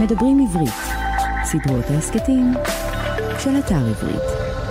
מדברים עברית, סדרות ההסקטים של אתר עברית.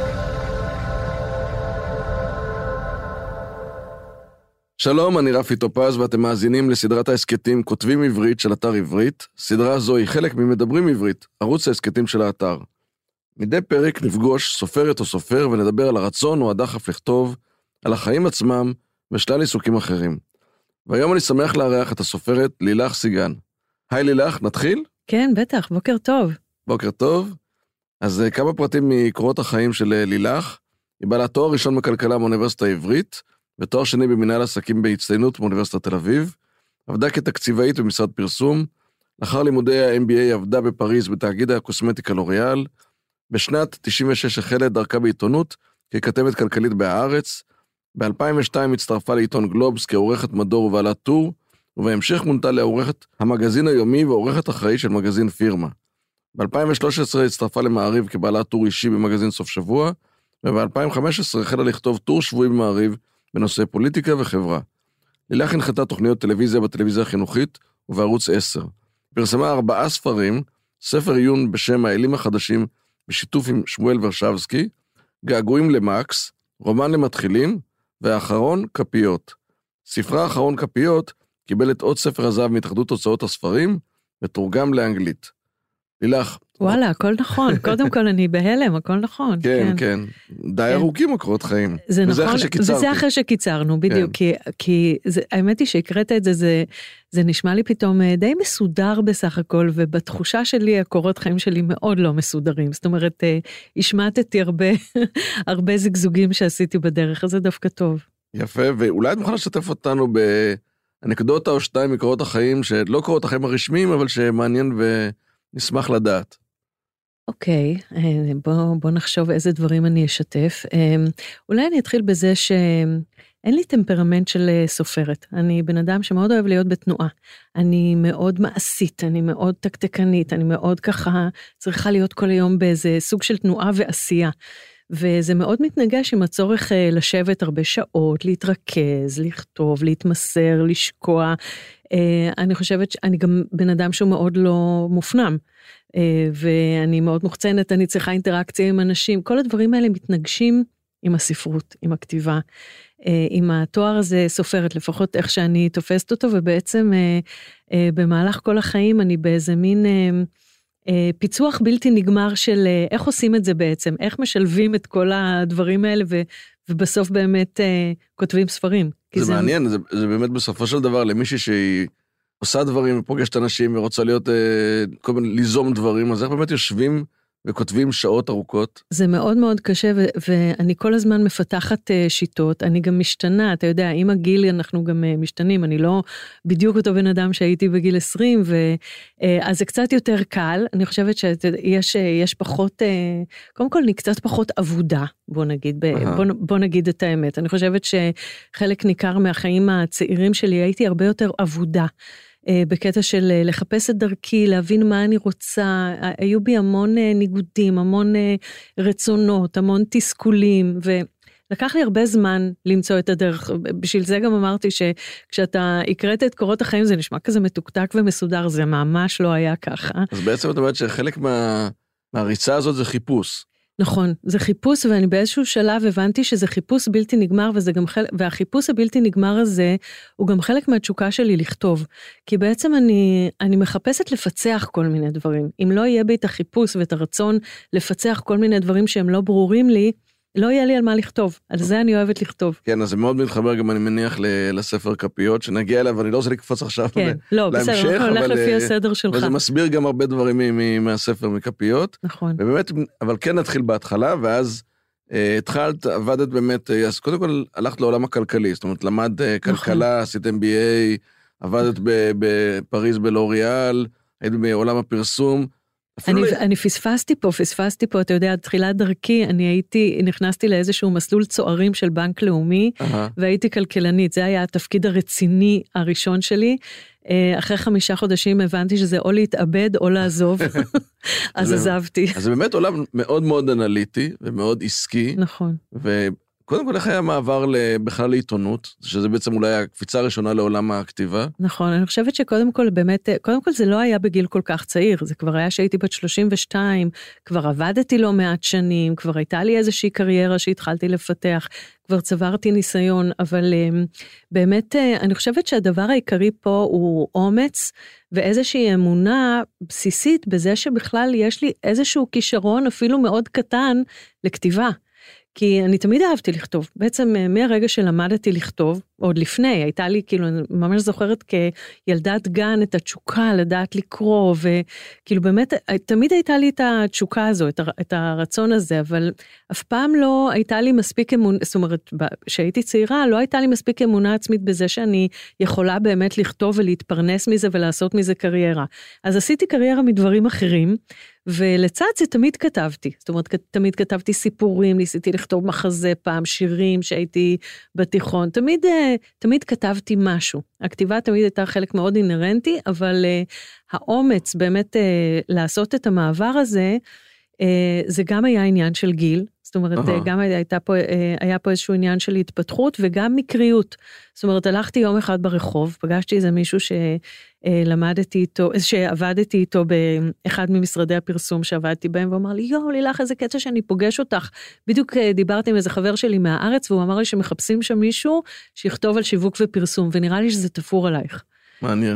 שלום, אני רפי טופז ואתם מאזינים לסדרת ההסקטים כותבים עברית של אתר עברית. סדרה זו היא חלק ממדברים עברית, ערוץ ההסקטים של האתר. מדי פרק נפגוש סופרת או סופר ונדבר על הרצון או הדחף לכתוב, על החיים עצמם ושלל עיסוקים אחרים. והיום אני שמח לארח את הסופרת לילך סיגן. היי לילך, נתחיל? כן, בטח, בוקר טוב. בוקר טוב. אז כמה פרטים מקורות החיים של לילך. היא בעלת תואר ראשון בכלכלה מאוניברסיטה העברית, ותואר שני במנהל עסקים בהצטיינות מאוניברסיטת תל אביב. עבדה כתקציבאית במשרד פרסום. לאחר לימודי ה-MBA עבדה בפריז בתאגיד הקוסמטיקה לוריאל. בשנת 96 החלה את דרכה בעיתונות ככתבת כלכלית בהארץ. ב-2002 הצטרפה לעיתון גלובס כעורכת מדור ובעלת טור, ובהמשך מונתה לעורכת המגזין היומי ועורכת אחראית של מגזין פירמה. ב-2013 הצטרפה למעריב כבעלת טור אישי במגזין סוף שבוע, וב-2015 החלה לכתוב טור שבועי במעריב בנושא פוליטיקה וחברה. לילך הנחתה תוכניות טלוויזיה בטלוויזיה החינוכית ובערוץ 10. פרסמה 4 ספרים, ספר עיון בשם האלים החדשים בשיתוף עם שמואל ורשבסקי, געגועים למקס, רומן למתחילים, והאחרון כפיות. ספרה האחרון כפיות קיבל את עוד ספר הזהב מהתאחדות הוצאות הספרים, ותורגם לאנגלית. לילך. וואלה, הכל נכון. קודם כל אני בהלם, הכל נכון. כן, כן. די ארוכים הקורות חיים. זה נכון, וזה אחרי שקיצרנו, בדיוק. כי האמת היא שהקראת את זה, זה נשמע לי פתאום די מסודר בסך הכל, ובתחושה שלי הקורות חיים שלי מאוד לא מסודרים. זאת אומרת, השמעתתי הרבה זגזוגים שעשיתי בדרך, אז זה דווקא טוב. יפה, ואולי את מוכנה לשתף אותנו באנקדוטה או שתיים מקורות החיים, שלא קורות החיים הרשמיים, אבל שמעניין ונשמח לדעת. אוקיי, בוא נחשוב איזה דברים אני אשתף. אולי אני אתחיל בזה שאין לי טמפרמנט של סופרת. אני בן אדם שמאוד אוהב להיות בתנועה. אני מאוד מעשית, אני מאוד תקתקנית, אני מאוד ככה צריכה להיות כל היום באיזה סוג של תנועה ועשייה. וזה מאוד מתנגש עם הצורך לשבת הרבה שעות, להתרכז, לכתוב, להתמסר, לשקוע. אני חושבת שאני גם בן אדם שהוא מאוד לא מופנם. ואני מאוד מוחצנת, אני צריכה אינטראקציה עם אנשים, כל הדברים האלה מתנגשים עם הספרות, עם הכתיבה, עם התואר הזה סופרת, לפחות איך שאני תופסת אותו, ובעצם במהלך כל החיים אני באיזה מין פיצוח בלתי נגמר של איך עושים את זה בעצם, איך משלבים את כל הדברים האלה, ובסוף באמת כותבים ספרים. זה מעניין, זה באמת בסופו של דבר למישהי שהיא עושה דברים ופוגשת אנשים ורוצה להיות, כל מיני ליזום דברים, אז איך באמת יושבים וכותבים שעות ארוכות? זה מאוד מאוד קשה, ואני כל הזמן מפתחת שיטות, אני גם משתנה, אתה יודע, עם הגיל אנחנו גם משתנים, אני לא בדיוק אותו בן אדם שהייתי בגיל 20, אז זה קצת יותר קל, אני חושבת שיש פחות, קודם כל אני קצת פחות עבודה, בוא נגיד את האמת, אני חושבת שחלק ניכר מהחיים הצעירים שלי, הייתי הרבה יותר עבודה, בקטע של לחפש את דרכי, להבין מה אני רוצה, היו בי המון ניגודים, המון רצונות, המון תסכולים, ולקח לי הרבה זמן למצוא את הדרך, בשביל זה גם אמרתי שכשאתה הקראת את קורות החיים, זה נשמע כזה מתוקתק ומסודר, זה ממש לא היה ככה. אז בעצם את אומרת שחלק מהריצה הזאת זה חיפוש. נכון, זה חיפוש, ואני באיזשהו שלב הבנתי שזה חיפוש בלתי נגמר, והחיפוש הבלתי נגמר הזה, הוא גם חלק מהתשוקה שלי לכתוב, כי בעצם אני מחפשת לפצח כל מיני דברים, אם לא יהיה בי את החיפוש ואת הרצון לפצח כל מיני דברים שהם לא ברורים לי, לא יהיה לי על מה לכתוב, על זה אני אוהבת לכתוב. כן, אז זה מאוד מתחבר גם אני מניח לספר כפיות, שנגיע אליו, ואני לא רוצה לקפוץ עכשיו כן, לא, בסדר, אנחנו הולך לפי הסדר שלך. וזה מסביר גם הרבה דברים מהספר מכפיות. נכון. ובאמת, אבל כן נתחיל בהתחלה, ואז התחלת, עבדת באמת, אז קודם כל הלכת לעולם הכלכלי, זאת אומרת, למד כלכלה, עשית MBA, עבדת בפריז בלוריאל, היית בעולם הפרסום, אני פספסתי פה, אתה יודע, תחילת דרכי, נכנסתי לאיזשהו מסלול צוערים של בנק לאומי, והייתי כלכלנית, זה היה התפקיד הרציני הראשון שלי, אחרי 5 חודשים הבנתי שזה או להתאבד או לעזוב, אז עזבתי. אז זה באמת עולם מאוד מאוד אנליטי, ומאוד עסקי, נכון. קודם כל, איך היה מעבר בכלל לעיתונות, שזה בעצם אולי הקפיצה הראשונה לעולם הכתיבה? נכון, אני חושבת שקודם כל באמת, קודם כל זה לא היה בגיל כל כך צעיר, זה כבר היה שהייתי בת 32, כבר עבדתי לא מעט שנים, כבר הייתה לי איזושהי קריירה שהתחלתי לפתח, כבר צברתי ניסיון, אבל באמת אני חושבת שהדבר העיקרי פה הוא אומץ, ואיזושהי אמונה בסיסית בזה שבכלל יש לי איזשהו כישרון אפילו מאוד קטן לכתיבה. כי אני תמיד אהבתי לכתוב, בעצם מהרגע שלמדתי לכתוב, עוד לפני, הייתה לי כאילו, אני ממש זוכרת כילדת גן את התשוקה, לדעת לקרוא, וכאילו באמת, תמיד הייתה לי את התשוקה הזו, את הרצון הזה, אבל אף פעם לא הייתה לי מספיק אמונה, זאת אומרת, כשהייתי צעירה, לא הייתה לי מספיק אמונה עצמית בזה שאני יכולה באמת לכתוב ולהתפרנס מזה ולעשות מזה קריירה. אז עשיתי קריירה מדברים אחרים, ולצד זה תמיד כתבתי, זאת אומרת, תמיד כתבתי סיפורים, ניסיתי לכתוב מחזה פעם, שירים שהייתי בתיכון, תמיד כתבתי משהו. הכתיבה תמיד הייתה חלק מאוד אינרנטי, אבל האומץ באמת לעשות את המעבר הזה, זה גם היה עניין של גיל, זאת אומרת, גם היה פה איזשהו עניין של התפתחות, וגם מקריות. זאת אומרת, הלכתי יום אחד ברחוב, פגשתי איזה מישהו שלמדתי איתו, שעבדתי איתו באחד ממשרדי הפרסום שעבדתי בהם, והוא אמר לי, לילך, איזה קטע שאני פוגש אותך. בדיוק דיברתי עם איזה חבר שלי מהארץ, והוא אמר לי שמחפשים שם מישהו שיכתוב על שיווק ופרסום, ונראה לי שזה תפור עלייך. מעניין.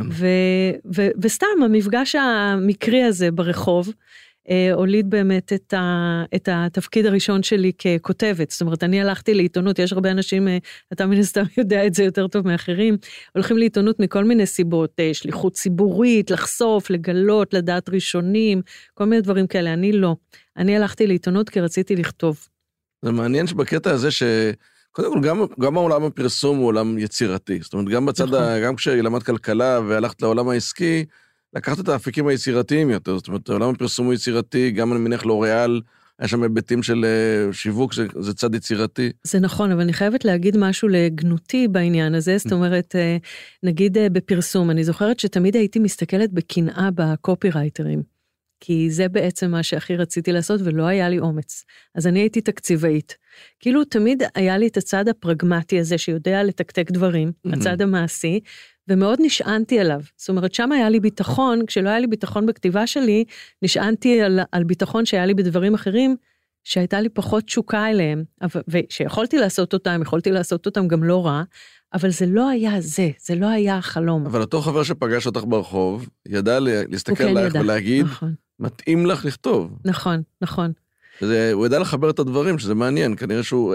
וסתם, המפגש המקרי הזה ברחוב, הוליד באמת את התפקיד הראשון שלי ככותבת, זאת אומרת, אני הלכתי לעיתונות, יש הרבה אנשים, אתה מן הסתם יודע את זה יותר טוב מאחרים, הולכים לעיתונות מכל מיני סיבות, שליחות ציבורית, לחשוף, לגלות, לדעת ראשונים, כל מיני דברים כאלה, אני לא. אני הלכתי לעיתונות כי רציתי לכתוב. זה מעניין שבקטע הזה קודם כל, גם העולם הפרסום הוא עולם יצירתי, זאת אומרת, גם בצד, גם כשלמדת כלכלה והלכת לעולם העסקי, לקחת את האפיקים היצירתיים יותר, זאת אומרת, העולם הפרסום הוא יצירתי, גם אני מניח לוריאל, היה שם היבטים של שיווק, זה צד יצירתי. זה נכון, אבל אני חייבת להגיד משהו לגנותי בעניין הזה, זאת אומרת, נגיד בפרסום, אני זוכרת שתמיד הייתי מסתכלת בקנאה בקופירייטרים, כי זה בעצם מה שהכי רציתי לעשות, ולא היה לי אומץ. אז אני הייתי תקציבאית. כאילו תמיד היה לי את הצד הפרגמטי הזה, שיודע לתקתק דברים, הצד המעשי, ומאוד נשענתי עליו. זאת אומרת, שם היה לי ביטחון, כשלא היה לי ביטחון בכתיבה שלי, נשענתי על ביטחון שהיה לי בדברים אחרים, שהייתה לי פחות תשוקה אליהם, ושיכולתי לעשות אותם, יכולתי לעשות אותם גם לא רע, אבל זה לא היה זה לא היה החלום. אבל אותו חבר שפגש אותך ברחוב, ידע להסתכל עליך ולהגיד, נכון. מתאים לך לכתוב. נכון. הוא ידע לחבר את הדברים, שזה מעניין, כנראה שהוא,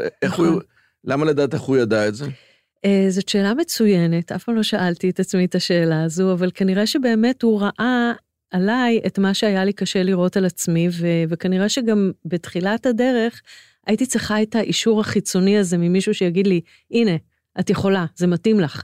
למה לדעת איך הוא ידע את זה? זאת שאלה מצוינת, אף פעם לא שאלתי את עצמי את השאלה הזו, אבל כנראה שבאמת הוא ראה עליי את מה שהיה לי קשה לראות על עצמי, וכנראה שגם בתחילת הדרך הייתי צריכה את האישור החיצוני הזה ממישהו שיגיד לי, הנה, את יכולה, זה מתאים לך.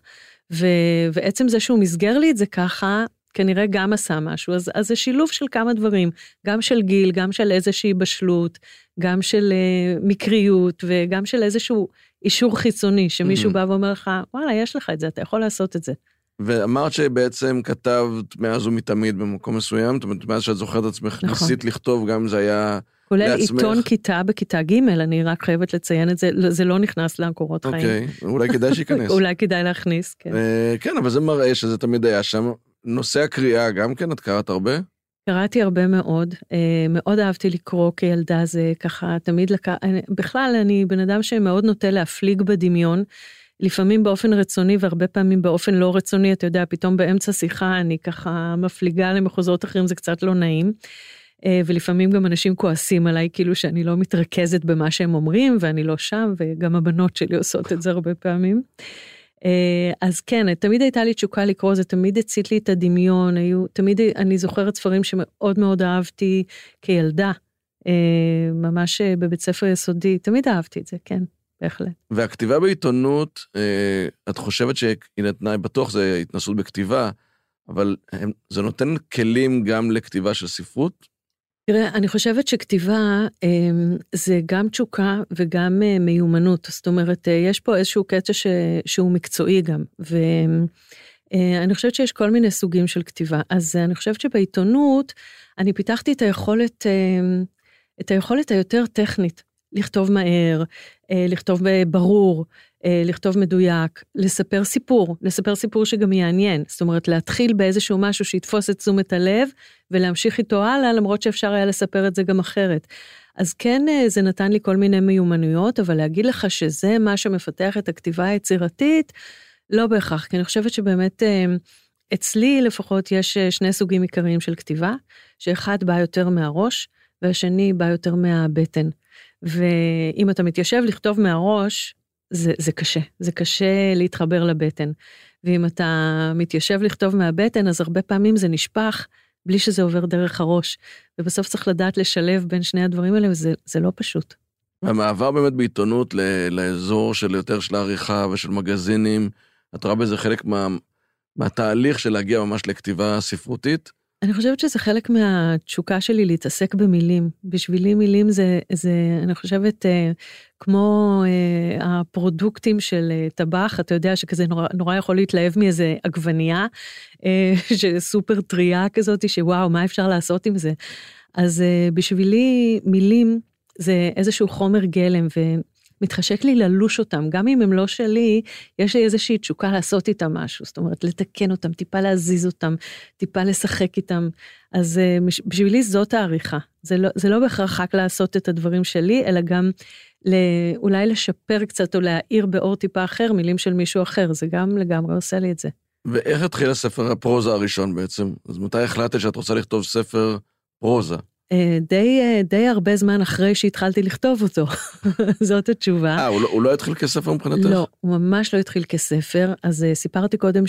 ועצם זה שהוא מסגר לי את זה ככה, כנראה גם עשה משהו, אז זה שילוב של כמה דברים, גם של גיל, גם של איזושהי בשלות, גם של מקריות, וגם של איזשהו אישור חיצוני, שמישהו בא ואומר לך, וואלה, יש לך את זה, אתה יכול לעשות את זה. ואמרת שבעצם כתבת מאז ומתמיד במקום מסוים, זאת אומרת, מאז שאת זוכרת את עצמך, ניסית לכתוב, גם אם זה היה כולל עיתון כיתה בכיתה ג', אני רק חייבת לציין את זה, זה לא נכנס לקורות חיים. אוקיי, אולי כדאי שייכנס. אולי כדאי להכניס, כן. כן, אבל זה מראה שזה תמיד היה שם. נושא הקריאה גם כן, את קראת הרבה? קראתי הרבה מאוד, מאוד אהבתי לקרוא כילדה, זה ככה תמיד בכלל אני בן אדם שמאוד נוטה להפליג בדמיון, לפעמים באופן רצוני והרבה פעמים באופן לא רצוני, אתה יודע, פתאום באמצע שיחה אני ככה מפליגה למחוזות אחרים, זה קצת לא נעים, ולפעמים גם אנשים כועסים עליי, כאילו שאני לא מתרכזת במה שהם אומרים, ואני לא שם, וגם הבנות שלי עושות את זה הרבה פעמים. אז כן, תמיד הייתה לי תשוקה לקרוא, זה תמיד הצית לי את הדמיון, תמיד אני זוכרת ספרים שמאוד מאוד אהבתי כילדה, ממש בבית ספר יסודי, תמיד אהבתי את זה, כן, בהחלט. והכתיבה בעיתונות, את חושבת שהיא נתנה, בטוח זה התנסות בכתיבה, אבל זה נותן כלים גם לכתיבה של ספרות? תראה, אני חושבת שכתיבה זה גם תשוקה וגם מיומנות, זאת אומרת, יש פה איזשהו קטע שהוא מקצועי גם, ואני חושבת שיש כל מיני סוגים של כתיבה, אז אני חושבת שבעיתונות אני פיתחתי את היכולת היותר טכנית, לכתוב מהר, לכתוב ברור, לכתוב מדויק, לספר סיפור שגם יעניין, זאת אומרת להתחיל באיזשהו משהו שיתפוס את תשומת הלב, ולהמשיך איתו הלאה, למרות שאפשר היה לספר את זה גם אחרת. אז כן, זה נתן לי כל מיני מיומנויות, אבל להגיד לך שזה מה שמפתח את הכתיבה היצירתית, לא בהכרח, כי אני חושבת שבאמת אצלי לפחות יש שני סוגים עיקריים של כתיבה, שאחד בא יותר מהראש, והשני בא יותר מהבטן. ואם אתה מתיישב לכתוב מהראש, זה קשה להתחבר לבטן. ואם אתה מתיישב לכתוב מהבטן, אז הרבה פעמים זה נשפך, בלי שזה עובר דרך הראש. ובסוף צריך לדעת לשלב בין שני הדברים האלה, וזה לא פשוט. המעבר באמת בעיתונות לאזור של יותר של העריכה ושל מגזינים, את רואה בזה חלק מהתהליך של להגיע ממש לכתיבה ספרותית? אני חושבת שזה חלק מהתשוקה שלי להתעסק במילים. בשבילי מילים זה אני חושבת, כמו הפרודוקטים של טבח, אתה יודע שכזה נורא יכול להתלהב מאיזה עגבנייה, שסופר טריה כזאת, שוואו, מה אפשר לעשות עם זה? אז בשבילי מילים זה איזשהו חומר גלם, מתחשק לי ללוש אותם, גם אם הם לא שלי, יש לי איזושהי תשוקה לעשות איתם משהו, זאת אומרת, לתקן אותם, טיפה להזיז אותם, טיפה לשחק איתם, אז בשבילי זאת העריכה, זה לא בהכרח רק לעשות את הדברים שלי, אלא גם אולי לשפר קצת, או להעיר באור טיפה אחר, מילים של מישהו אחר, זה גם לגמרי עושה לי את זה. ואיך התחיל הספר הפרוזה הראשון בעצם? אז מתי החלטת שאת רוצה לכתוב ספר פרוזה? די הרבה זמן אחרי שהתחלתי לכתוב אותו, זאת התשובה. הוא לא התחיל כספר מבחינתך? לא, הוא ממש לא התחיל כספר, אז סיפרתי קודם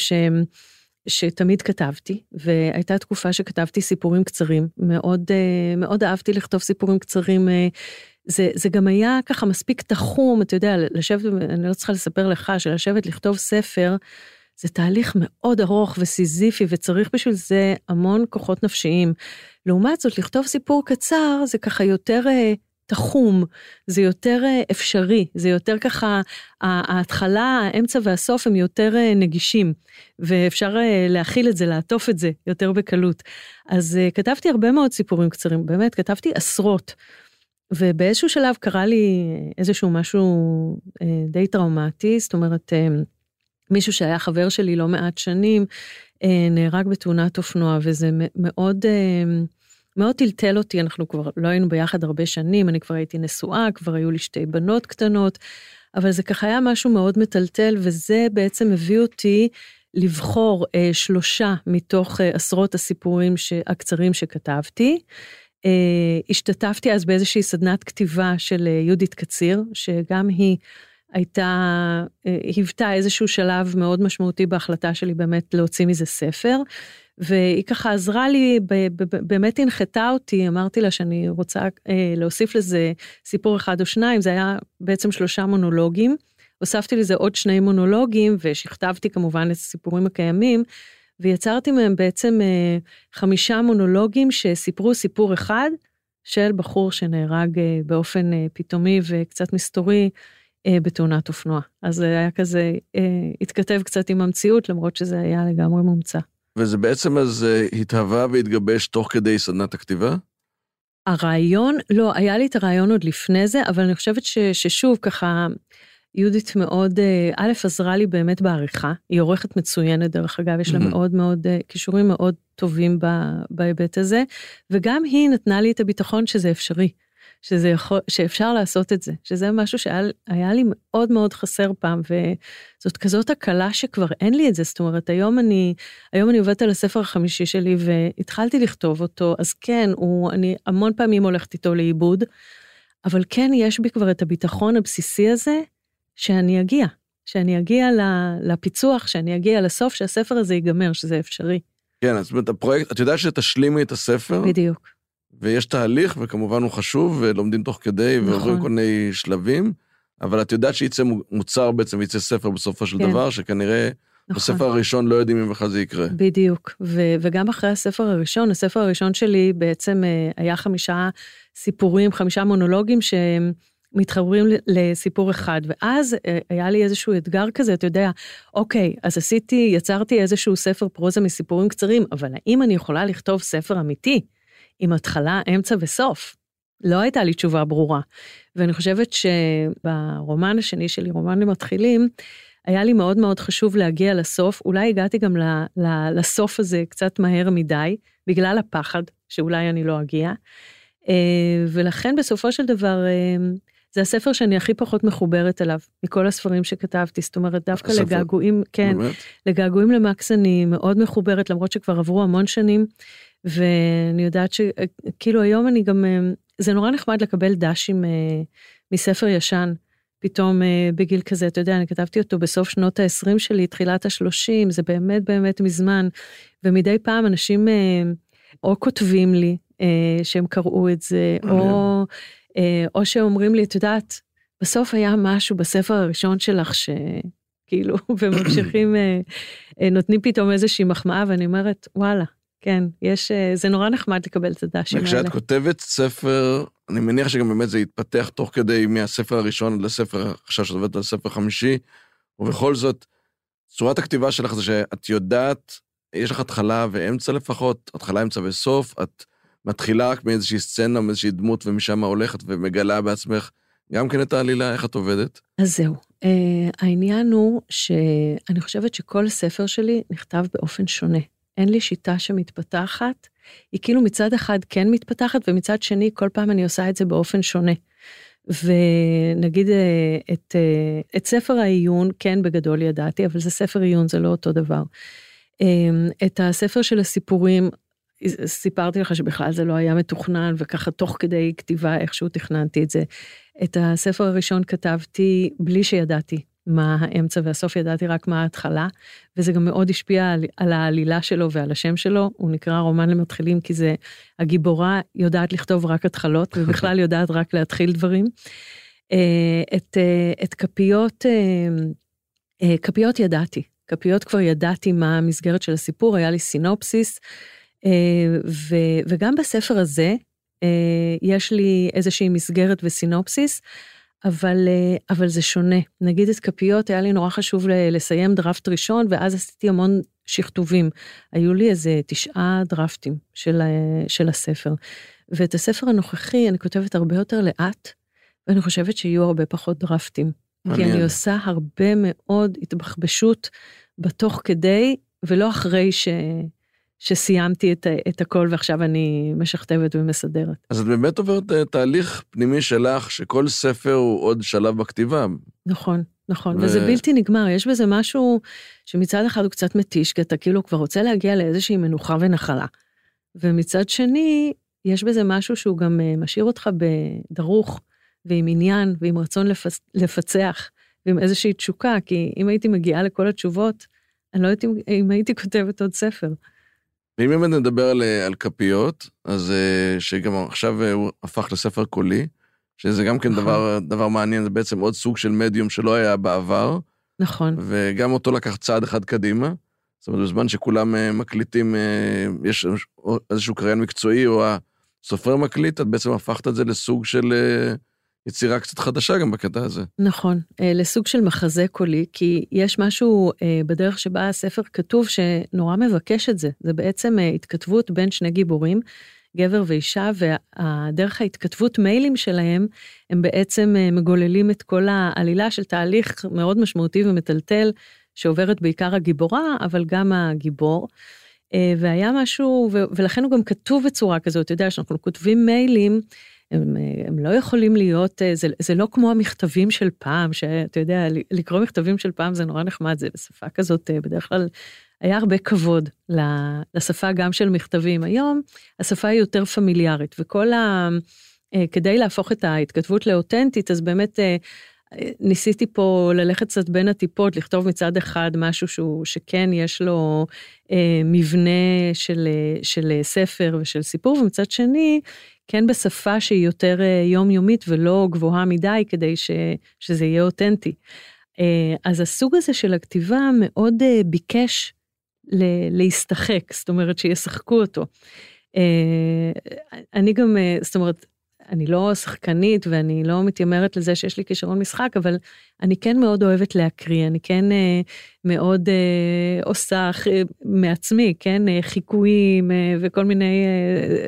שתמיד כתבתי, והייתה תקופה שכתבתי סיפורים קצרים, מאוד אהבתי לכתוב סיפורים קצרים, זה גם היה ככה מספיק תחום, אתה יודע, לשבת, אני לא צריכה לספר לך, שלשבת לכתוב ספר, זה תהליך מאוד ארוך וסיזיפי, וצריך בשביל זה המון כוחות נפשיים. לעומת זאת, לכתוב סיפור קצר, זה ככה יותר תחום, זה יותר אפשרי, זה יותר ככה, ההתחלה, האמצע והסוף הם יותר נגישים, ואפשר להכיל את זה, לעטוף את זה יותר בקלות. אז כתבתי הרבה מאוד סיפורים קצרים, באמת, כתבתי עשרות, ובאיזשהו שלב קרה לי איזשהו משהו די טראומטי, זאת אומרת, מישהו שהיה חבר שלי לא מעט שנים, נהרג בתאונת אופנוע, וזה מאוד טלטל אותי, אנחנו כבר לא היינו ביחד הרבה שנים, אני כבר הייתי נשואה, כבר היו לי 2 בנות קטנות, אבל זה ככה היה משהו מאוד מטלטל, וזה בעצם הביא אותי לבחור 3 מתוך עשרות הסיפורים הקצרים שכתבתי, השתתפתי אז באיזושהי סדנת כתיבה של יהודית קציר, שגם היא היוותה איזשהו שלב מאוד משמעותי בהחלטה שלי באמת להוציא מזה ספר, והיא ככה עזרה לי, באמת הנחתה אותי, אמרתי לה שאני רוצה להוסיף לזה סיפור 1 או 2, זה היה בעצם 3 מונולוגים, הוספתי לזה עוד 2 מונולוגים, ושכתבתי כמובן את הסיפורים הקיימים, ויצרתי מהם בעצם 5 מונולוגים שסיפרו סיפור אחד, של בחור שנהרג באופן פתאומי וקצת מסתורי, בתאונת אופנוע. אז זה היה כזה, התכתב קצת עם המציאות, למרות שזה היה לגמרי מומצא. וזה בעצם אז התהווה והתגבש תוך כדי סדנת הכתיבה? הרעיון, לא, היה לי את הרעיון עוד לפני זה, אבל אני חושבת ששוב ככה, יהודית מאוד, א' עזרה לי באמת בעריכה, היא עורכת מצוינת דרך אגב, יש לה מאוד מאוד, קישורים מאוד טובים בהיבט הזה, וגם היא נתנה לי את הביטחון שזה אפשרי. שאפשר לעשות את זה, שזה משהו שהיה לי מאוד מאוד חסר פעם, וזאת כזאת הקלה שכבר אין לי את זה, זאת אומרת, היום אני עובדת על הספר החמישי שלי, והתחלתי לכתוב אותו, אז כן, אני המון פעמים הולכת איתו לאיבוד, אבל כן יש בי כבר את הביטחון הבסיסי הזה, שאני אגיע לפיצוח, שאני אגיע לסוף, שהספר הזה ייגמר, שזה אפשרי. כן, זאת אומרת, הפרויקט, את יודעת שתשלימי את הספר? בדיוק. ויש תהליך, וכמובן הוא חשוב, ולומדים תוך כדי, ועוברים כל מיני שלבים, אבל את יודעת שיצא מוצר בעצם, ויצא ספר בסופו של דבר, שכנראה בספר הראשון לא יודעים אם בכלל זה יקרה. בדיוק, וגם אחרי הספר הראשון שלי בעצם היה 5 סיפורים, 5 מונולוגים שמתחברים לסיפור אחד, ואז היה לי איזשהו אתגר כזה, אתה יודע, אוקיי, אז יצרתי איזשהו ספר פרוזה מסיפורים קצרים, אבל האם אני יכולה לכתוב ספר אמיתי? עם התחלה, אמצע וסוף. לא הייתה לי תשובה ברורה. ואני חושבת שברומן השני שלי, רומן למתחילים, היה לי מאוד מאוד חשוב להגיע לסוף, אולי הגעתי גם לסוף הזה קצת מהר מדי, בגלל הפחד שאולי אני לא אגיע, ולכן בסופו של דבר, זה הספר שאני הכי פחות מחוברת אליו, מכל הספרים שכתבתי, זאת אומרת, דווקא לגעגועים, כן, לגעגועים למקס אני מאוד מחוברת, למרות שכבר עברו המון שנים, ואני יודעת שכאילו היום אני גם, זה נורא נחמד לקבל דשים מספר ישן, פתאום בגיל כזה, אתה יודע, אני כתבתי אותו בסוף שנות ה-20 שלי, תחילת ה-30, זה באמת באמת מזמן, ומדי פעם אנשים או כותבים לי שהם קראו את זה, או שאומרים לי, את יודעת, בסוף היה משהו בספר הראשון שלך שכאילו, וממשיכים, נותנים פתאום איזושהי מחמאה, ואני אומרת, וואלה, כן, זה נורא נחמד לקבל את הדשים האלה. וכשאת כותבת ספר, אני מניח שגם באמת זה יתפתח תוך כדי מהספר הראשון לספר, עכשיו שאת עובדת על ספר חמישי, ובכל זאת, צורת הכתיבה שלך זה שאת יודעת, יש לך התחלה ואמצע לפחות, התחלה, אמצע וסוף, את מתחילה רק מאיזושהי סצנה, מאיזושהי דמות, ומשם הולכת ומגלה בעצמך, גם כן את העלילה, איך את עובדת? אז זהו, העניין הוא שאני חושבת שכל ספר שלי נכתב באופן שונה. אין לי שיטה שמתפתחת, היא כאילו מצד אחד כן מתפתחת, ומצד שני כל פעם אני עושה את זה באופן שונה. ונגיד את ספר העיון, כן בגדול ידעתי, אבל זה ספר עיון, זה לא אותו דבר. את הספר של הסיפורים, סיפרתי לך שבכלל זה לא היה מתוכנן, וככה תוך כדי כתיבה איכשהו תכננתי את זה. את הספר הראשון כתבתי בלי שידעתי מה האמצע והסוף, ידעתי רק מה ההתחלה, וזה גם מאוד השפיע על העלילה שלו ועל השם שלו, הוא נקרא רומן למתחילים, כי זה הגיבורה יודעת לכתוב רק התחלות, ובכלל יודעת רק להתחיל דברים. את כפיות ידעתי, כפיות כבר ידעתי מה המסגרת של הסיפור, היה לי סינופסיס, וגם בספר הזה, יש לי איזושהי מסגרת וסינופסיס, אבל זה שונה. נגיד את כפיות, היה לי נורא חשוב לסיים דרפט ראשון, ואז עשיתי המון שכתובים. היו לי איזה 9 דרפטים של הספר. ואת הספר הנוכחי אני כותבת הרבה יותר לאט, ואני חושבת שיהיו הרבה פחות דרפטים. כי אני עושה הרבה מאוד התבחבשות בתוך כדי, ולא אחרי שסיימתי את הכל, ועכשיו אני משכתבת ומסדרת. אז את באמת עוברת תהליך פנימי שלך, שכל ספר הוא עוד שלב בכתיבה. נכון, נכון, וזה בלתי נגמר, יש בזה משהו שמצד אחד הוא קצת מתיש, כי אתה כאילו כבר רוצה להגיע לאיזושהי מנוחה ונחלה, ומצד שני, יש בזה משהו שהוא גם משאיר אותך בדרוך, ועם עניין, ועם רצון לפצח, ועם איזושהי תשוקה, כי אם הייתי מגיעה לכל התשובות, אני לא יודעת אם הייתי כותבת עוד ספר. ואם באמת נדבר על כפיות, אז שגם עכשיו הוא הפך לספר קולי, שזה גם כן דבר מעניין, זה בעצם עוד סוג של מדיום שלא היה בעבר. נכון. וגם אותו לקח צעד אחד קדימה, זאת אומרת, בזמן שכולם מקליטים, יש איזשהו קריין מקצועי, או הסופר מקליט, את בעצם הפכת את זה לסוג של יצירה קצת חדשה גם בקטע הזה. נכון, לסוג של מחזה קולי, כי יש משהו בדרך שבה הספר כתוב שנורא מבקש את זה. זה בעצם התכתבות בין שני גיבורים, גבר ואישה, והדרך ההתכתבות מיילים שלהם, הם בעצם מגוללים את כל העלילה של תהליך מאוד משמעותי ומטלטל, שעוברת בעיקר הגיבורה, אבל גם הגיבור. והיה משהו, ולכן הוא גם כתוב בצורה כזאת, אתה יודע, שאנחנו כותבים מיילים, הם לא יכולים להיות, זה לא כמו המכתבים של פעם, שאתה יודע, לקרוא מכתבים של פעם זה נורא נחמד, זה בשפה כזאת, בדרך כלל היה הרבה כבוד לשפה גם של מכתבים. היום השפה היא יותר פמיליארית, כדי להפוך את ההתכתבות לאותנטית, אז באמת ניסיתי פה ללכת קצת בין הטיפות, לכתוב מצד אחד משהו שכן יש לו מבנה של ספר ושל סיפור, ומצד שני, כן בשפה שהיא יותר יומיומית ולא גבוהה מדי, כדי שזה יהיה אותנטי. אז הסוג הזה של הכתיבה מאוד ביקש להשתחק, זאת אומרת שישחקו אותו. אני גם, זאת אומרת, אני לא שחקנית ואני לא מתיימרת לזה שיש לי כישרון משחק, אבל אני כן מאוד אוהבת להקריא, אני כן מאוד עושה מעצמי, כן, חיקויים וכל מיני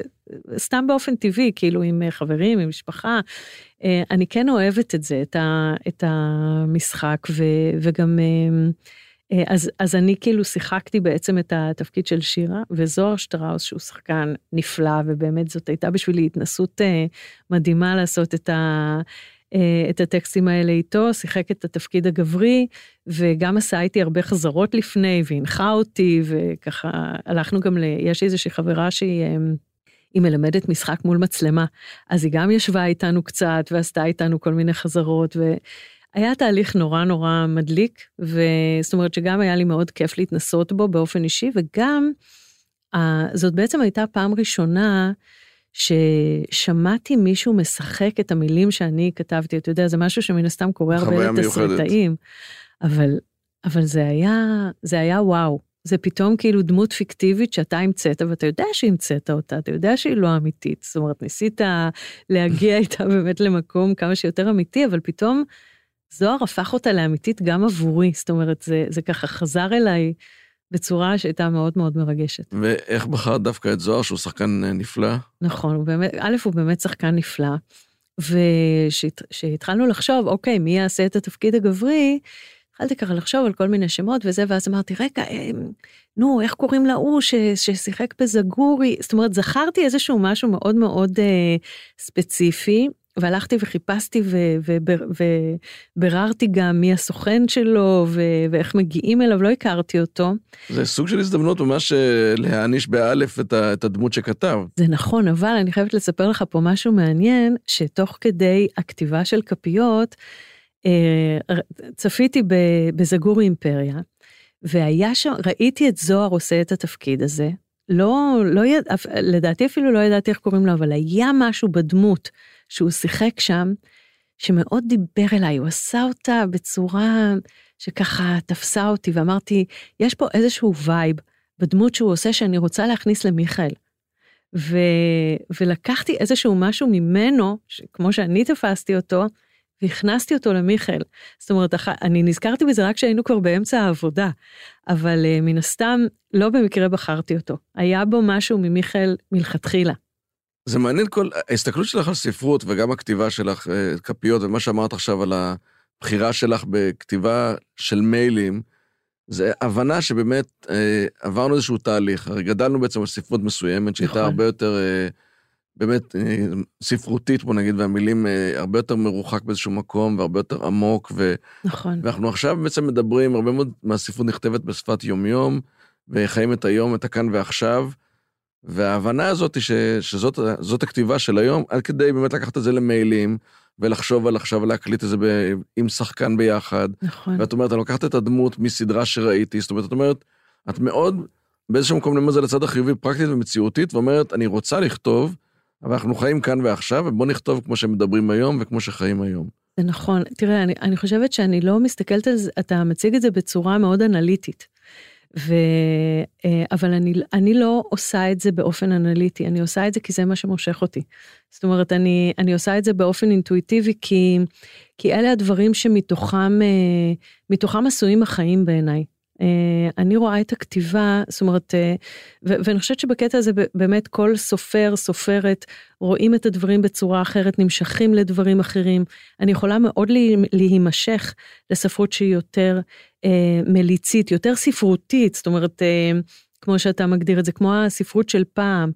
סתם באופן טבעי, כאילו עם חברים, עם משפחה, אני כן אוהבת את זה, את המשחק, וגם, אז אני כאילו שיחקתי בעצם את התפקיד של שירה, וזוהר שטראוס, שהוא שחקן נפלא, ובאמת זאת הייתה בשבילי התנסות מדהימה לעשות את הטקסטים האלה איתו, שיחק את התפקיד הגברי, וגם עשה איתי הרבה חזרות לפני, והנחה אותי, וככה הלכנו גם יש איזושהי חברה שהיא מלמדת משחק מול מצלמה, אז היא גם ישבה איתנו קצת, ועשתה איתנו כל מיני חזרות, והיה תהליך נורא נורא מדליק, וזאת אומרת שגם היה לי מאוד כיף להתנסות בו באופן אישי, וגם זאת בעצם הייתה פעם ראשונה, ששמעתי מישהו משחק את המילים שאני כתבתי, אתה יודע, זה משהו שמן הסתם קורה הרבה לתסריטאים, אבל זה היה וואו, זה פתאום כאילו דמות פיקטיבית שאתה המצאת, ואתה יודע שהמצאת אותה, אתה יודע שהיא לא אמיתית, זאת אומרת, ניסית להגיע איתה באמת למקום כמה שיותר אמיתי, אבל פתאום זוהר הפך אותה לאמיתית גם עבורי, זאת אומרת, זה ככה חזר אליי, בצורה שהייתה מאוד מאוד מרגשת. ואיך בחרת דווקא את זוהר, שהוא שחקן נפלא? נכון, הוא באמת שחקן נפלא, ושהתחלנו לחשוב, אוקיי, מי יעשה את התפקיד הגברי, התחלתי ככה לחשוב על כל מיני שמות וזה, ואז אמרתי, רגע, נו, איך קוראים להוא ששיחק בזגורי? זאת אומרת, זכרתי איזשהו משהו מאוד מאוד ספציפי, והלכתי וחיפשתי ובררתי גם מי הסוכן שלו ואיך מגיעים אליו, לא הכרתי אותו. זה סוג של הזדמנות ממש להעניש באלף את הדמות שכתב. זה נכון, אבל אני חייבת לספר לך פה משהו מעניין, שתוך כדי הכתיבה של כפיות, צפיתי בזגורי אימפריה, והיה שם, ראיתי את זוהר עושה את התפקיד הזה, לדעתי אפילו לא ידעתי איך קוראים לו, אבל היה משהו בדמות שהוא שיחק שם, שמאוד דיבר אליי, הוא עשה אותה בצורה שככה תפסה אותי, ואמרתי, יש פה איזשהו וייב בדמות שהוא עושה שאני רוצה להכניס למיכאל, ולקחתי איזשהו משהו ממנו, כמו שאני תפסתי אותו, והכנסתי אותו למיכאל. זאת אומרת, אני נזכרתי בזה רק שהיינו כבר באמצע העבודה, אבל מן הסתם לא במקרה בחרתי אותו. היה בו משהו ממיכאל מלכתחילה. זה מעניין כל, ההסתכלות שלך על ספרות, וגם הכתיבה שלך, כפיות, ומה שאמרת עכשיו על הבחירה שלך בכתיבה של מיילים, זה הבנה שבאמת עברנו איזשהו תהליך, הרי גדלנו בעצם על ספרות מסוימת, שהייתה הרבה יותר, באמת ספרותית, בוא נגיד, והמילים הרבה יותר מרוחק באיזשהו מקום, והרבה יותר עמוק, נכון. ואנחנו עכשיו בעצם מדברים, הרבה מאוד מהספרות נכתבת בשפת יום-יום, וחיים את היום, את הכאן ועכשיו, וההבנה הזאת שזאת הכתיבה של היום, עד כדי באמת לקחת את זה למיילים, ולחשוב על עכשיו להקליט את זה עם שחקן ביחד. נכון. ואת אומרת, אני לוקחת את הדמות מסדרה שראיתי, זאת אומרת, את אומרת, את מאוד, באיזשהו מקום נאמר זה לצד החיובי, פרקטית ומציאותית, ואומרת, אני רוצה לכתוב, אבל אנחנו חיים כאן ועכשיו, ובוא נכתוב כמו שמדברים היום, וכמו שחיים היום. זה נכון. תראה, אני חושבת שאני לא מסתכלת על זה, אתה מציג את זה בצורה מאוד אנליטית. אבל אני לא עושה את זה באופן אנליטי, אני עושה את זה כי זה מה שמושך אותי. זאת אומרת, אני עושה את זה באופן אינטואיטיבי, כי אלה הדברים שמתוכם עשויים החיים בעיניי. אני רואה את הכתיבה, זאת אומרת, ואני חושבת שבקטע הזה באמת כל סופר, סופרת, רואים את הדברים בצורה אחרת, נמשכים לדברים אחרים. אני יכולה מאוד להימשך לספרות שהיא יותר מליצית, יותר ספרותית, זאת אומרת, כמו שאתה מגדיר את זה, כמו הספרות של פעם,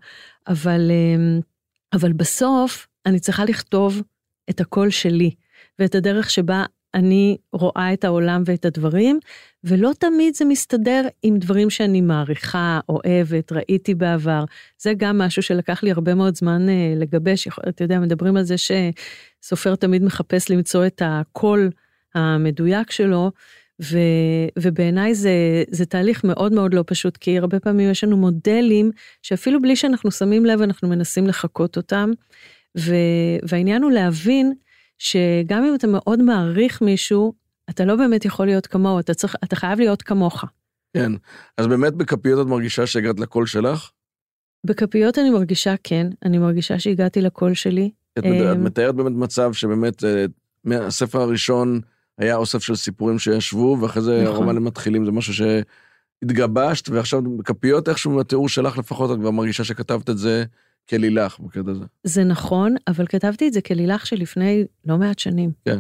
אבל בסוף אני צריכה לכתוב את הקול שלי, ואת הדרך שבה אני רואה את העולם ואת הדברים, ולא תמיד זה מסתדר עם דברים שאני מעריכה, אוהבת, ראיתי בעבר. זה גם משהו שלקח לי הרבה מאוד זמן לגבש. אתה יודע, מדברים על זה שסופר תמיד מחפש למצוא את הקול המדויק שלו, ובעיניי זה תהליך מאוד מאוד לא פשוט, כי הרבה פעמים יש לנו מודלים, שאפילו בלי שאנחנו שמים לב, אנחנו מנסים לחכות אותם, והעניין הוא להבין, שגם אם אתה מאוד מעריך מישהו, אתה לא באמת יכול להיות כמוהו, אתה חייב להיות כמוך. כן, אז באמת בכפיות את מרגישה שהגעת לקול שלך? בכפיות אני מרגישה כן, אני מרגישה שהגעתי לקול שלי. את מתארת באמת מצב שבאמת, מהספר הראשון היה אוסף של סיפורים שישבו, ואחרי זה הרומנים מתחילים, זה משהו שהתגבשת, ועכשיו בכפיות איכשהו מהתיאור שלך לפחות, את כבר מרגישה שכתבת את זה כלילך בקטע הזה. זה נכון, אבל כתבתי את זה כלילך שלפני לא מעט שנים. כן.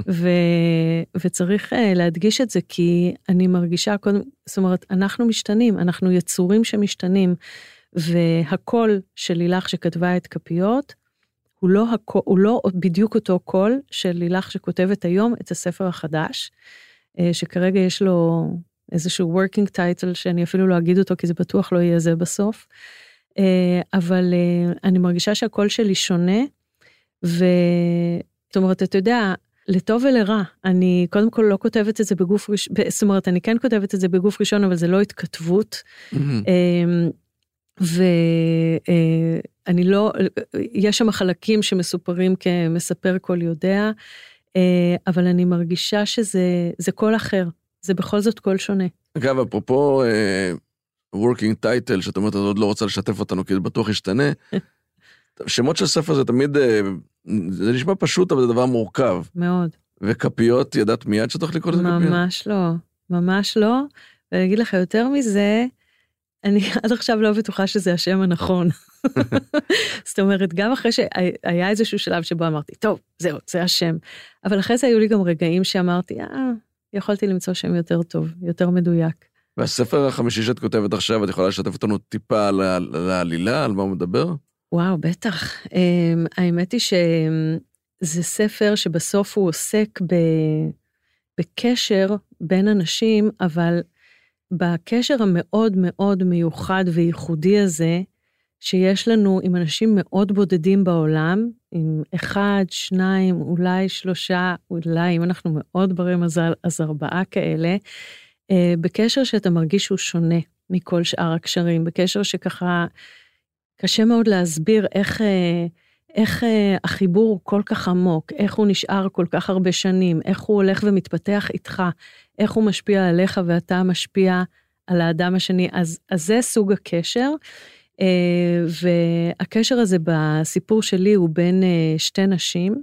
וצריך להדגיש את זה, כי אני מרגישה, זאת אומרת, אנחנו משתנים, אנחנו יצורים שמשתנים, והקול של לילך שכתבה את כפיות, הוא לא בדיוק אותו קול של לילך שכותבת היום את הספר החדש, שכרגע יש לו איזשהו working title, שאני אפילו לא אגיד אותו, כי זה בטוח לא יהיה זה בסוף, אבל אני מרגישה שהקול שלי שונה, זאת אומרת, אתה יודע, לטוב ולרע, אני קודם כל לא כותבת את זה בגוף ראשון, זאת אומרת, אני כן כותבת את זה בגוף ראשון, אבל זה לא התכתבות, ואני לא, יש שם חלקים שמסופרים כמספר כל יודע, אבל אני מרגישה שזה קול אחר, זה בכל זאת קול שונה. אגב, אפרופו working title, שאת אומרת, עוד לא רוצה לשתף אותנו, כי זה בטוח ישתנה, שמות של ספר זה תמיד, זה נשמע פשוט, אבל זה דבר מורכב. מאוד. וכפיות, ידעת מיד שתוך לקרוא לזה כפיות? ממש לא, ממש לא, ואני אגיד לך יותר מזה, אני עד עכשיו לא בטוחה שזה השם הנכון. זאת אומרת, גם אחרי שהיה איזשהו שלב שבו אמרתי, טוב, זהו, זה השם. אבל אחרי זה היו לי גם רגעים שאמרתי, יכולתי למצוא שם יותר טוב, יותר מדויק. והספר החמישי שאת כותבת עכשיו, את יכולה לשתף אותנו טיפה על העלילה, על מה הוא מדבר? וואו, בטח. האמת היא שזה ספר שבסוף הוא עוסק בקשר בין אנשים, אבל בקשר המאוד מאוד מיוחד וייחודי הזה, שיש לנו עם אנשים מאוד בודדים בעולם, עם 1, 2, אולי 3, אולי אם אנחנו מאוד ברי מזל, אז 4 כאלה, בקשר שאתה מרגיש שהוא שונה מכל שאר הקשרים, בקשר שככה קשה מאוד להסביר איך החיבור הוא כל כך עמוק, איך הוא נשאר כל כך הרבה שנים, איך הוא הולך ומתפתח איתך, איך הוא משפיע עליך ואתה משפיע על האדם השני, אז זה סוג הקשר, והקשר הזה בסיפור שלי הוא בין 2 נשים,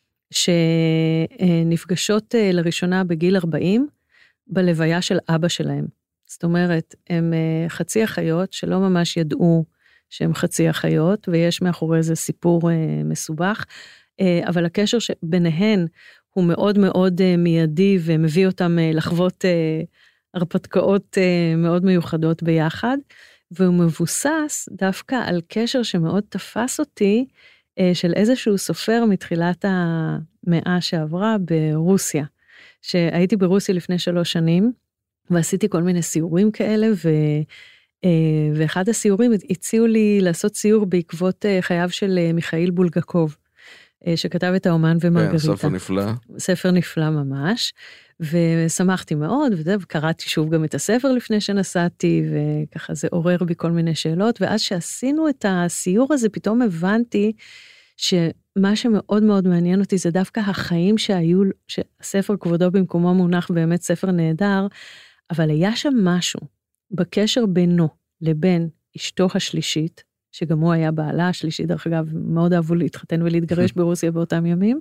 שנפגשות לראשונה בגיל 40, בלוויה של אבא שלהם. זאת אומרת, הם חצי אחיות שלא ממש ידעו שהן חצי אחיות, ויש מאחורי זה סיפור מסובך, אבל הקשר ביניהן הוא מאוד מאוד מיידי, ומביא אותם לחוות הרפתקאות מאוד מיוחדות ביחד, והוא מבוסס דווקא על קשר שמאוד תפס אותי, של איזשהו סופר מתחילת המאה שעברה ברוסיה, שהייתי ברוסיה לפני 3 שנים, ועשיתי כל מיני סיורים כאלה, ואחד הסיורים הציעו לי לעשות סיור בעקבות חייו של מיכאיל בולגקוב, שכתב את האומן ומרגריטה. כן, ספר נפלא. ספר נפלא ממש, ושמחתי מאוד, וקראתי שוב גם את הספר לפני שנסעתי, וככה זה עורר בי כל מיני שאלות, ואז שעשינו את הסיור הזה, פתאום הבנתי שמה שמאוד מאוד מעניין אותי, זה דווקא החיים שהיו, שהספר כבודו במקומו מונח, באמת ספר נהדר, אבל היה שם משהו, בקשר בינו לבין אשתו השלישית, שגם הוא היה בעלה השלישית, דרך אגב, מאוד אהבו להתחתן ולהתגרש ברוסיה באותם ימים,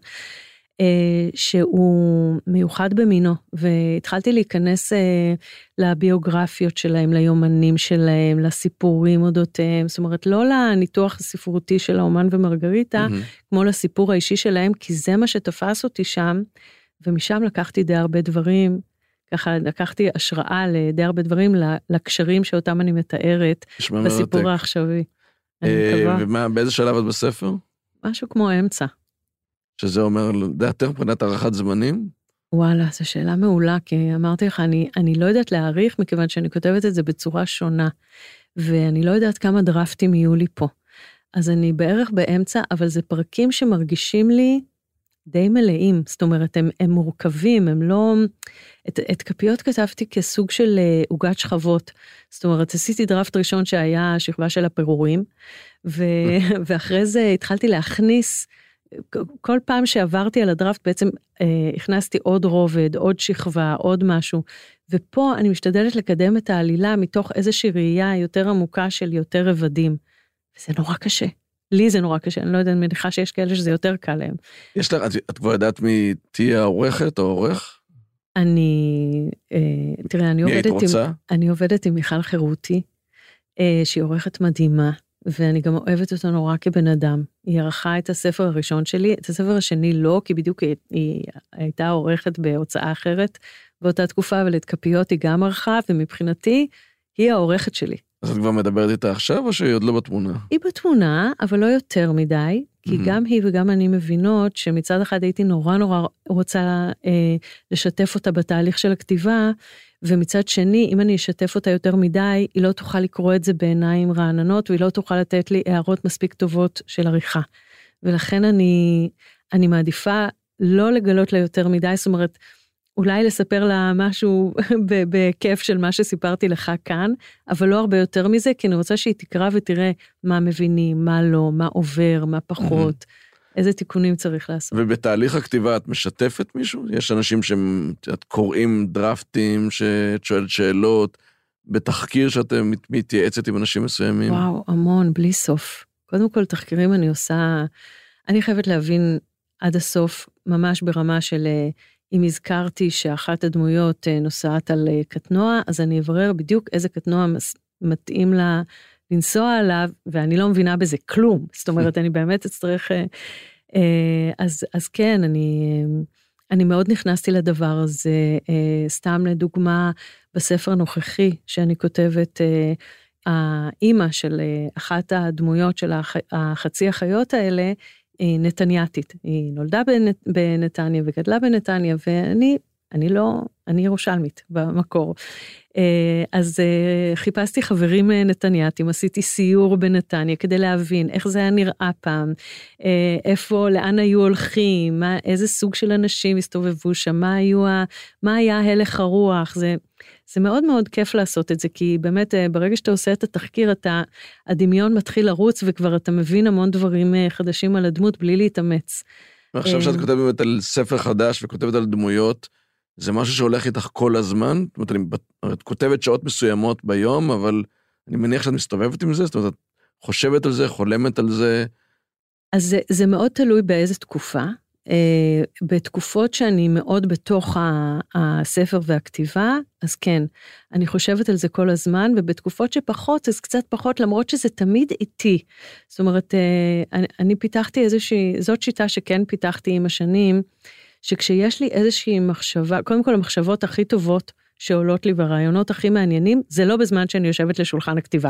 שהוא מיוחד במינו, והתחלתי להיכנס לביוגרפיות שלהם, ליומנים שלהם, לסיפורים אודותיהם, זאת אומרת, לא לניתוח הספרותי של האומן ומרגריטה, כמו לסיפור האישי שלהם, כי זה מה שתפס אותי שם, ומשם לקחתי די הרבה דברים, ככה לקחתי השראה לדי הרבה דברים, לקשרים שאותם אני מתארת, בסיפור העכשווי. ומה, באיזה שלב את בספר? משהו כמו אמצע. שזה אומר, דעתך מבחינת הערכת זמנים? וואלה, זו שאלה מעולה, כי אמרתי לך, אני לא יודעת להעריך, מכיוון שאני כותבת את זה בצורה שונה, ואני לא יודעת כמה דרפטים יהיו לי פה. אז אני בערך באמצע, אבל זה פרקים שמרגישים לי די מלאים, זאת אומרת, הם מורכבים, הם לא... את כפיות כתבתי כסוג של עוגת שכבות, זאת אומרת, עשיתי דרפט ראשון שהיה שכבה של הפירורים, ואחרי זה התחלתי להכניס, כל פעם שעברתי על הדרפט בעצם הכנסתי עוד רובד, עוד שכבה, עוד משהו, ופה אני משתדלת לקדם את העלילה מתוך איזושהי ראייה יותר עמוקה של יותר רבדים, וזה נורא קשה. לי זה נורא קשה, אני לא יודעת, מניחה שיש כאלה שזה יותר קל להם. יש לך, את כבר יודעת מי תהיה העורכת או עורך? תראה, אני עובדת עם מיכל חירותי, שהיא עורכת מדהימה, ואני גם אוהבת אותו נורא כבן אדם. היא ערכה את הספר הראשון שלי, את הספר השני לא, כי בדיוק היא הייתה עורכת בהוצאה אחרת באותה תקופה, אבל את כפיות היא גם ערכה, ומבחינתי היא העורכת שלי. אז את כבר מדברת איתה עכשיו, או שהיא עוד לא בתמונה? היא בתמונה, אבל לא יותר מדי, כי גם היא וגם אני מבינות שמצד אחד הייתי נורא רוצה לשתף אותה בתהליך של הכתיבה, ומצד שני, אם אני אשתף אותה יותר מדי, היא לא תוכל לקרוא את זה בעיניים רעננות, והיא לא תוכל לתת לי הערות מספיק טובות של עריכה. ולכן אני מעדיפה לא לגלות לה יותר מדי, זאת אומרת, אולי לספר לה משהו בכיף של מה שסיפרתי לך כאן, אבל לא הרבה יותר מזה, כי אני רוצה שהיא תקרא ותראה מה מבינים, מה לא, מה עובר, מה פחות, איזה תיקונים צריך לעשות. ובתהליך הכתיבה את משתפת מישהו? יש אנשים שאת קוראים דרפטים, שאת שואלת שאלות, בתחקיר שאתם מתייעצת עם אנשים מסוימים? וואו, המון, בלי סוף. קודם כל, תחקירים אני עושה, אני חייבת להבין עד הסוף, ממש ברמה של, אם הזכרתי שאחת הדמויות נוסעת על קטנוע, אז אני אברר בדיוק איזה קטנוע מתאים לה לנסוע עליו, ואני לא מבינה בזה כלום. זאת אומרת, אני באמת אצטרך, אז כן, אני מאוד נכנסתי לדבר הזה, סתם לדוגמה, בספר הנוכחי שאני כותבת, האימא של אחת הדמויות של החצי החיות האלה, היא נתניאתית, היא נולדה בנתניה וגדלה בנתניה, אני ירושלמית במקור. אז חיפשתי חברים נתניאתים, עשיתי סיור בנתניה כדי להבין איך זה היה נראה פעם, לאן היו הולכים, איזה סוג של אנשים הסתובבו שם, מה היה הלך הרוח, זה מאוד מאוד כיף לעשות את זה, כי באמת ברגע שאתה עושה את התחקיר, הדמיון מתחיל לרוץ, וכבר אתה מבין המון דברים חדשים על הדמות, בלי להתאמץ. ועכשיו שאת כותבת על ספר חדש, וכותבת על דמויות, זה משהו שהולך איתך כל הזמן? זאת אומרת, את כותבת שעות מסוימות ביום, אבל אני מניח שאת מסתובבת עם זה, זאת אומרת, את חושבת על זה, חולמת על זה. אז זה מאוד תלוי באיזה תקופה. בתקופות שאני מאוד בתוך הספר והכתיבה, אז כן, אני חושבת על זה כל הזמן, ובתקופות שפחות, אז קצת פחות, למרות שזה תמיד איתי. זאת אומרת, אני פיתחתי זאת שיטה שכן פיתחתי עם השנים, שכשיש לי איזושהי מחשבה, קודם כל המחשבות הכי טובות שעולות לי והרעיונות הכי מעניינים, זה לא בזמן שאני יושבת לשולחן הכתיבה.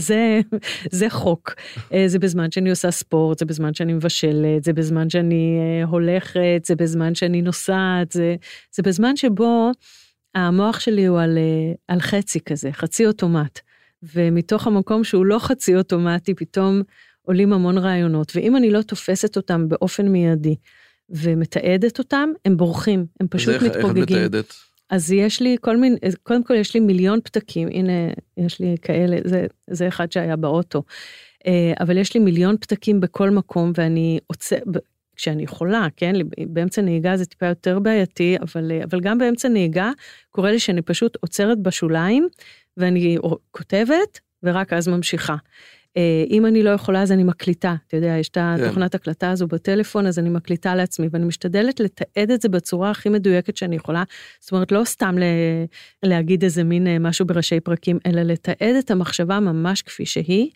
זה חוק. זה בזמן שאני עושה ספורט, זה בזמן שאני מבשלת, זה בזמן שאני הולכת, זה בזמן שאני נוסעת, זה בזמן שבו המוח שלי הוא על חצי כזה, חצי אוטומט. ומתוך המקום שהוא לא חצי אוטומטי, פתאום עולים המון רעיונות, ואם אני לא תופסת אותם באופן מיידי, ומתעדת אותם, הם בורחים, הם פשוט מתפוגגים. איך מתעדת? אז יש לי קודם כל יש לי מיליון פתקים, הנה יש לי כאלה, זה אחד שהיה באוטו, אבל יש לי מיליון פתקים בכל מקום, ואני כשאני יכולה, כן, באמצע נהיגה זה טיפה יותר בעייתי, אבל גם באמצע נהיגה, קורה לי שאני פשוט עוצרת בשוליים, ואני כותבת, ורק אז ממשיכה. אם אני לא יכולה, אז אני מקליטה, אתה יודע, יש את התוכנת הקלטה הזו בטלפון, אז אני מקליטה לעצמי, ואני משתדלת לתעד את זה בצורה הכי מדויקת שאני יכולה, זאת אומרת, לא סתם להגיד איזה מין משהו בראשי פרקים, אלא לתעד את המחשבה ממש כפי שהיא,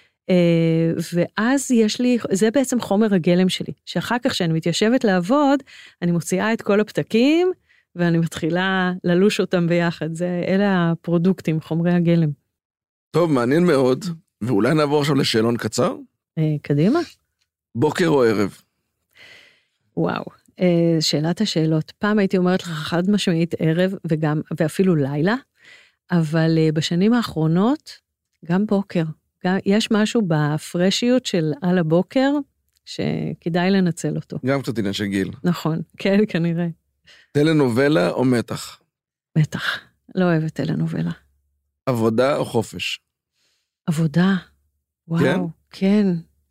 ואז יש לי, זה בעצם חומר הגלם שלי, שאחר כך שאני מתיישבת לעבוד, אני מוציאה את כל הפתקים, ואני מתחילה ללוש אותם ביחד, אלה הפרודוקטים, חומרי הגלם. טוב, מעניין מאוד. ואולי נעבור עכשיו לשאלון קצר? קדימה. בוקר או ערב? וואו, שאלת השאלות. פעם הייתי אומרת לך חד משמעית ערב ואפילו לילה, אבל בשנים האחרונות, גם בוקר. יש משהו בפרשיות של על הבוקר, שכדאי לנצל אותו. גם קצת עניין של גיל. נכון, כן, כנראה. טלנובלה או מתח? מתח. לא אוהבת טלנובלה. עבודה או חופש? עבודה, וואו, כן,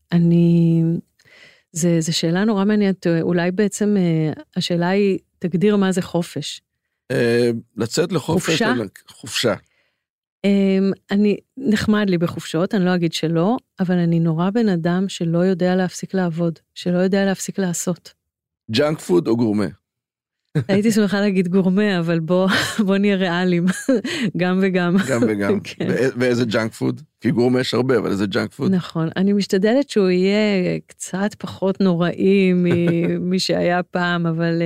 זו שאלה נורא מעניינת, אולי בעצם השאלה היא, תגדיר מה זה חופש. לצאת לחופש. חופשה. נחמד לי בחופשות, אני לא אגיד שלא, אבל אני נורא בן אדם שלא יודע להפסיק לעבוד, שלא יודע להפסיק לעשות. ג'אנק פוד או גורמה? הייתי שמחה להגיד גורמה, אבל בוא נהיה ריאליים, גם וגם. גם וגם. ואיזה ג'אנק פוד? כי גורמה יש הרבה, אבל זה ג'אנק פוד. נכון, אני משתדלת שהוא יהיה קצת פחות נוראי ממי שהיה פעם, אבל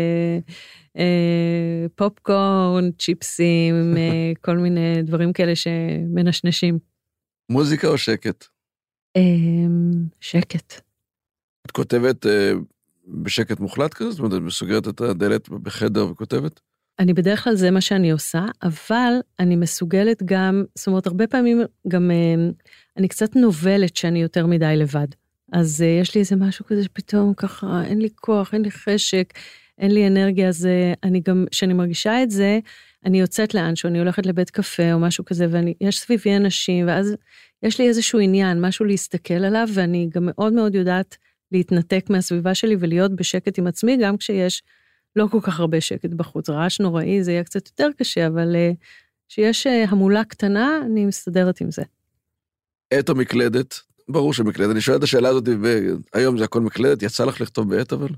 פופקורן, צ'יפסים, כל מיני דברים כאלה שמנשנשים. מוזיקה או שקט? שקט. את כותבת בשקט מוחלט כזה? זאת אומרת, את מסוגרת את הדלת בחדר וכותבת? אני בדרך כלל זה מה שאני עושה, אבל אני מסוגלת גם, זאת אומרת, הרבה פעמים גם אני קצת נובלת שאני יותר מדי לבד. אז יש לי איזה משהו כזה שפתאום ככה, אין לי כוח, אין לי חשק, אין לי אנרגיה, אז אני גם, כשאני מרגישה את זה, אני יוצאת לאנשהו, אני הולכת לבית קפה או משהו כזה, ויש סביבי אנשים, ואז יש לי איזשהו עניין, משהו להסתכל עליו, ואני גם מאוד מאוד יודעת להתנתק מהסביבה שלי ולהיות בשקט עם עצמי, גם כשיש לא כל כך הרבה שקט בחוץ. רעש נוראי, זה יהיה קצת יותר קשה, אבל כשיש המולה קטנה, אני מסתדרת עם זה. עת או מקלדת? ברור שמקלדת. אני שואל את השאלה הזאת, והיום זה הכל מקלדת, יצא לך לכתוב בעת אבל?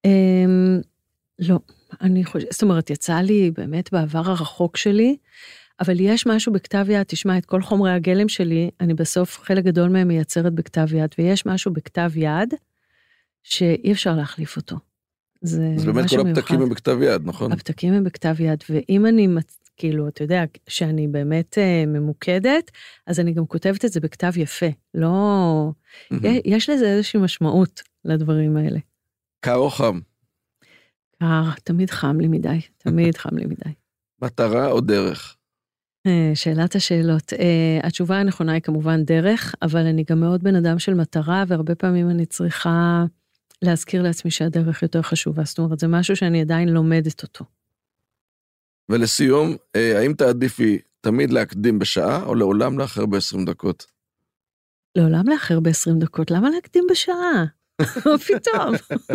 לא, אני חושבת, זאת אומרת, יצא לי באמת בעבר הרחוק שלי, אבל יש משהו בכתב יד, תשמע, את כל חומרי הגלם שלי, אני בסוף חלק גדול מהם מייצרת בכתב יד, ויש משהו בכתב יד, שאי אפשר להחליף אותו. זה אז באמת כל הפתקים הם בכתב יד, נכון? הפתקים הם בכתב יד, ואם אני, כאילו, אתה יודע, שאני באמת ממוקדת, אז אני גם כותבת את זה בכתב יפה, לא, יש לזה איזושהי משמעות לדברים האלה. קר או חם? קר, תמיד חם לי מדי, תמיד חם לי מדי. מטרה או דרך? שאלת השאלות. התשובה הנכונה היא כמובן דרך, אבל אני גם מאוד בן אדם של מטרה, והרבה פעמים אני צריכה להזכיר לעצמי שהדרך יותר חשובה. זאת אומרת, זה משהו שאני עדיין לומדת אותו. ולסיום, האם תעדיפי תמיד להקדים בשעה, או לעולם לאחר ב-20 דקות? לעולם לאחר ב-20 דקות, למה להקדים בשעה? פתאום.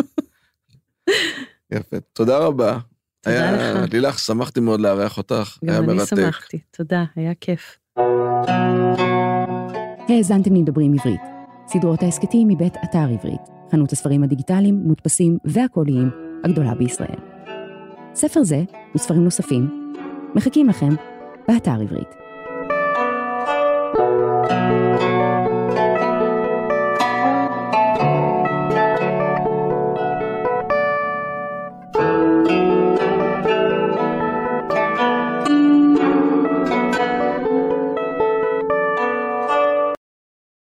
יפה, תודה רבה. תודה לך. לילך, שמחתי מאוד לארח אותך, היה מרתק. גם אני שמחתי, תודה, היה כיף. האזנתם לדברים עברית, סדרות העסקתים מבית אתר עברית, חנות הספרים הדיגיטליים, מודפסים והקוליים הגדולה בישראל. ספר זה וספרים נוספים מחכים לכם באתר עברית.